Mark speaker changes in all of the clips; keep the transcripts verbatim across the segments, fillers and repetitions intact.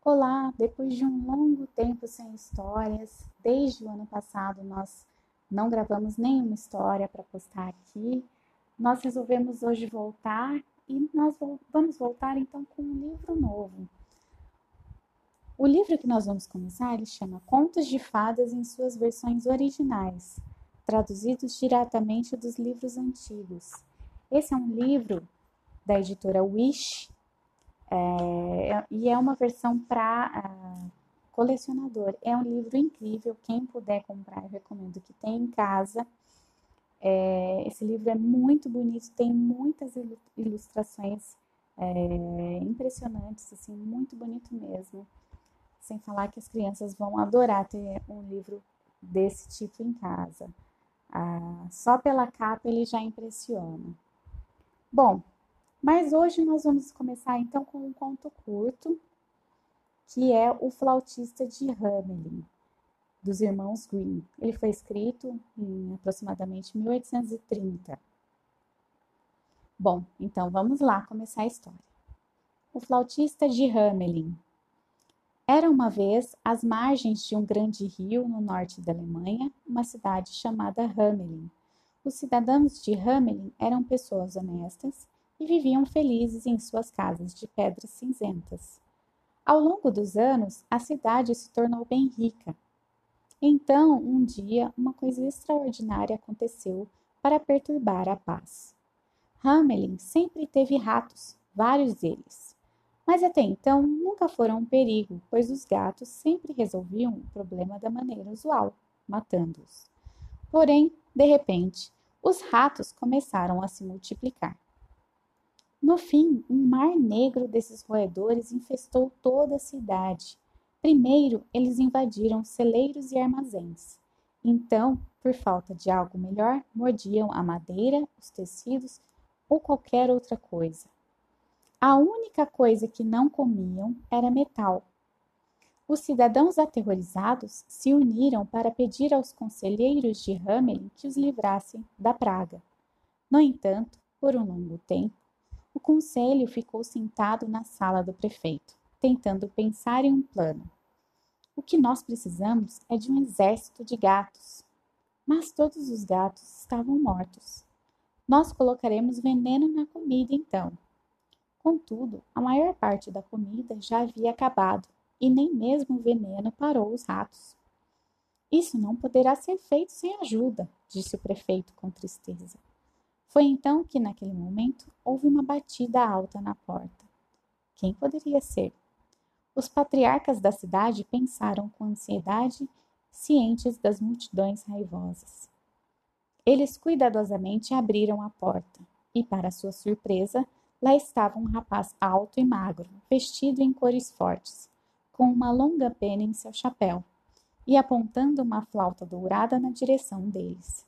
Speaker 1: Olá, depois de um longo tempo sem histórias, desde o ano passado nós não gravamos nenhuma história para postar aqui. Nós resolvemos hoje voltar e nós vamos voltar então com um livro novo. O livro que nós vamos começar, ele chama Contos de Fadas em suas versões originais, traduzidos diretamente dos livros antigos. Esse é um livro da editora Wish, é, e é uma versão para uh, colecionador. É um livro incrível, quem puder comprar, eu recomendo que tenha em casa. É, esse livro é muito bonito, tem muitas ilustrações é, impressionantes, assim, muito bonito mesmo. Sem falar que as crianças vão adorar ter um livro desse tipo em casa. Ah, só pela capa ele já impressiona. Bom, mas hoje nós vamos começar então com um conto curto, que é O Flautista de Hamelin, dos irmãos Grimm. Ele foi escrito em aproximadamente mil oitocentos e trinta. Bom, então vamos lá começar a história. O Flautista de Hamelin. Era uma vez, às margens de um grande rio no norte da Alemanha, uma cidade chamada Hamelin. Os cidadãos de Hamelin eram pessoas honestas e viviam felizes em suas casas de pedras cinzentas. Ao longo dos anos, a cidade se tornou bem rica. Então, um dia, uma coisa extraordinária aconteceu para perturbar a paz. Hamelin sempre teve ratos, vários deles. Mas até então nunca foram um perigo, pois os gatos sempre resolviam o problema da maneira usual, matando-os. Porém, de repente, os ratos começaram a se multiplicar. No fim, um mar negro desses roedores infestou toda a cidade. Primeiro, eles invadiram celeiros e armazéns. Então, por falta de algo melhor, mordiam a madeira, os tecidos ou qualquer outra coisa. A única coisa que não comiam era metal. Os cidadãos aterrorizados se uniram para pedir aos conselheiros de Hamelin que os livrassem da praga. No entanto, por um longo tempo, o conselho ficou sentado na sala do prefeito, tentando pensar em um plano. O que nós precisamos é de um exército de gatos. Mas todos os gatos estavam mortos. Nós colocaremos veneno na comida então. Contudo, a maior parte da comida já havia acabado e nem mesmo o veneno parou os ratos. Isso não poderá ser feito sem ajuda, disse o prefeito com tristeza. Foi então que, naquele momento, houve uma batida alta na porta. Quem poderia ser? Os patriarcas da cidade pensaram com ansiedade, cientes das multidões raivosas. Eles cuidadosamente abriram a porta e, para sua surpresa, lá estava um rapaz alto e magro, vestido em cores fortes, com uma longa pena em seu chapéu e apontando uma flauta dourada na direção deles.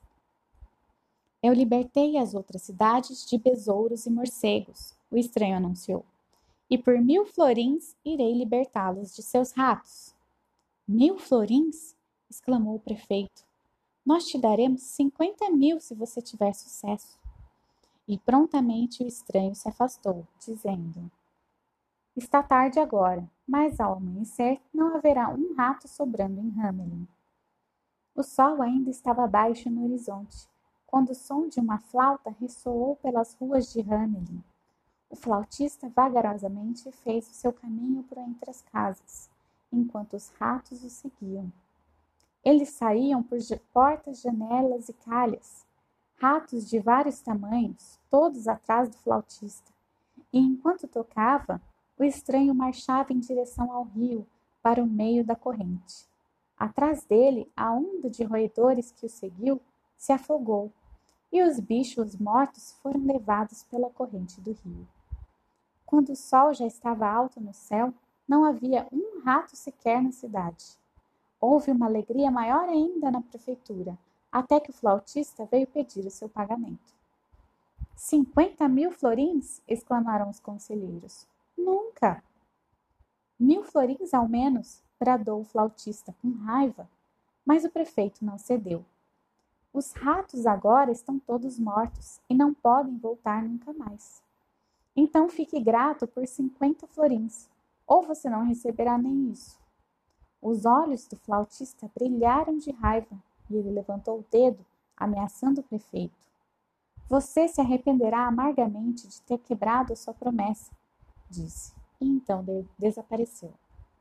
Speaker 1: Eu libertei as outras cidades de besouros e morcegos, o estranho anunciou, e por mil florins irei libertá-los de seus ratos. Mil florins? Exclamou o prefeito. Nós te daremos cinquenta mil se você tiver sucesso. E prontamente o estranho se afastou, dizendo: Está tarde agora, mas ao amanhecer não haverá um rato sobrando em Hamelin. O sol ainda estava baixo no horizonte, quando o som de uma flauta ressoou pelas ruas de Hamelin. O flautista vagarosamente fez o seu caminho por entre as casas, enquanto os ratos o seguiam. Eles saíam por portas, janelas e calhas, ratos de vários tamanhos, todos atrás do flautista. E enquanto tocava, o estranho marchava em direção ao rio, para o meio da corrente. Atrás dele, a onda de roedores que o seguiu se afogou, e os bichos mortos foram levados pela corrente do rio. Quando o sol já estava alto no céu, não havia um rato sequer na cidade. Houve uma alegria maior ainda na prefeitura, até que o flautista veio pedir o seu pagamento. Cinquenta mil florins? Exclamaram os conselheiros. Nunca! Mil florins ao menos, bradou o flautista com raiva, mas o prefeito não cedeu. Os ratos agora estão todos mortos e não podem voltar nunca mais. Então fique grato por cinquenta florins. ou você não receberá nem isso. Os olhos do flautista brilharam de raiva e ele levantou o dedo, ameaçando o prefeito. Você se arrependerá amargamente de ter quebrado a sua promessa, disse, e então desapareceu.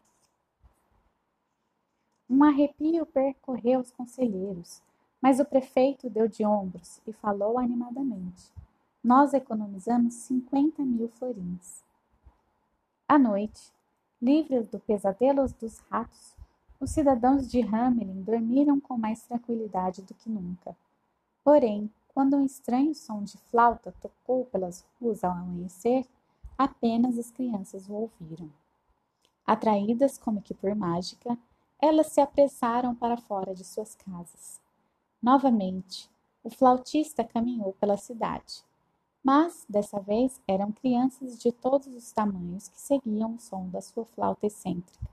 Speaker 1: Um arrepio percorreu os conselheiros, mas o prefeito deu de ombros e falou animadamente. Nós economizamos cinquenta mil florins. À noite, livres do pesadelo dos ratos, os cidadãos de Hamelin dormiram com mais tranquilidade do que nunca. Porém, quando um estranho som de flauta tocou pelas ruas ao amanhecer, apenas as crianças o ouviram. Atraídas como que por mágica, elas se apressaram para fora de suas casas. Novamente, o flautista caminhou pela cidade, mas dessa vez eram crianças de todos os tamanhos que seguiam o som da sua flauta excêntrica.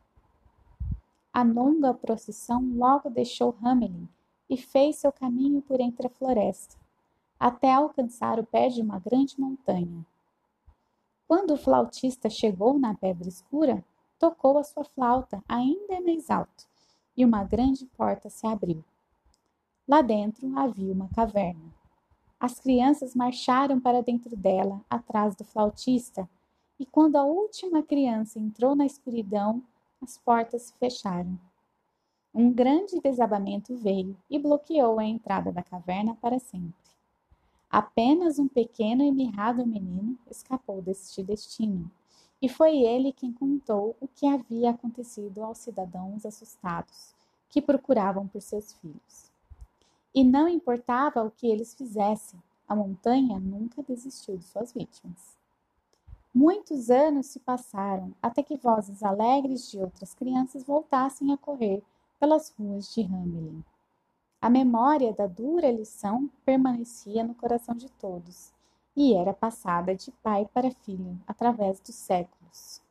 Speaker 1: A longa procissão logo deixou Hamelin e fez seu caminho por entre a floresta, até alcançar o pé de uma grande montanha. Quando o flautista chegou na pedra escura, tocou a sua flauta ainda mais alto, e uma grande porta se abriu. Lá dentro havia uma caverna. As crianças marcharam para dentro dela, atrás do flautista, e quando a última criança entrou na escuridão, as portas se fecharam. Um grande desabamento veio e bloqueou a entrada da caverna para sempre. Apenas um pequeno e mirrado menino escapou deste destino, e foi ele quem contou o que havia acontecido aos cidadãos assustados, que procuravam por seus filhos. E não importava o que eles fizessem, a montanha nunca desistiu de suas vítimas. Muitos anos se passaram até que vozes alegres de outras crianças voltassem a correr pelas ruas de Hamelin. A memória da dura lição permanecia no coração de todos e era passada de pai para filho através dos séculos.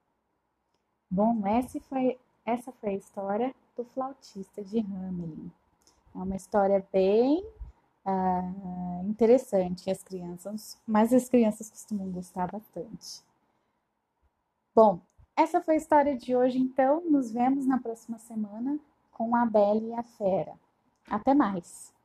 Speaker 1: Bom, essa foi, essa foi a história do flautista de Hamelin. É uma história bem ah, interessante, as crianças, mas as crianças costumam gostar bastante. Bom, essa foi a história de hoje, então nos vemos na próxima semana com a Bela e a Fera. Até mais!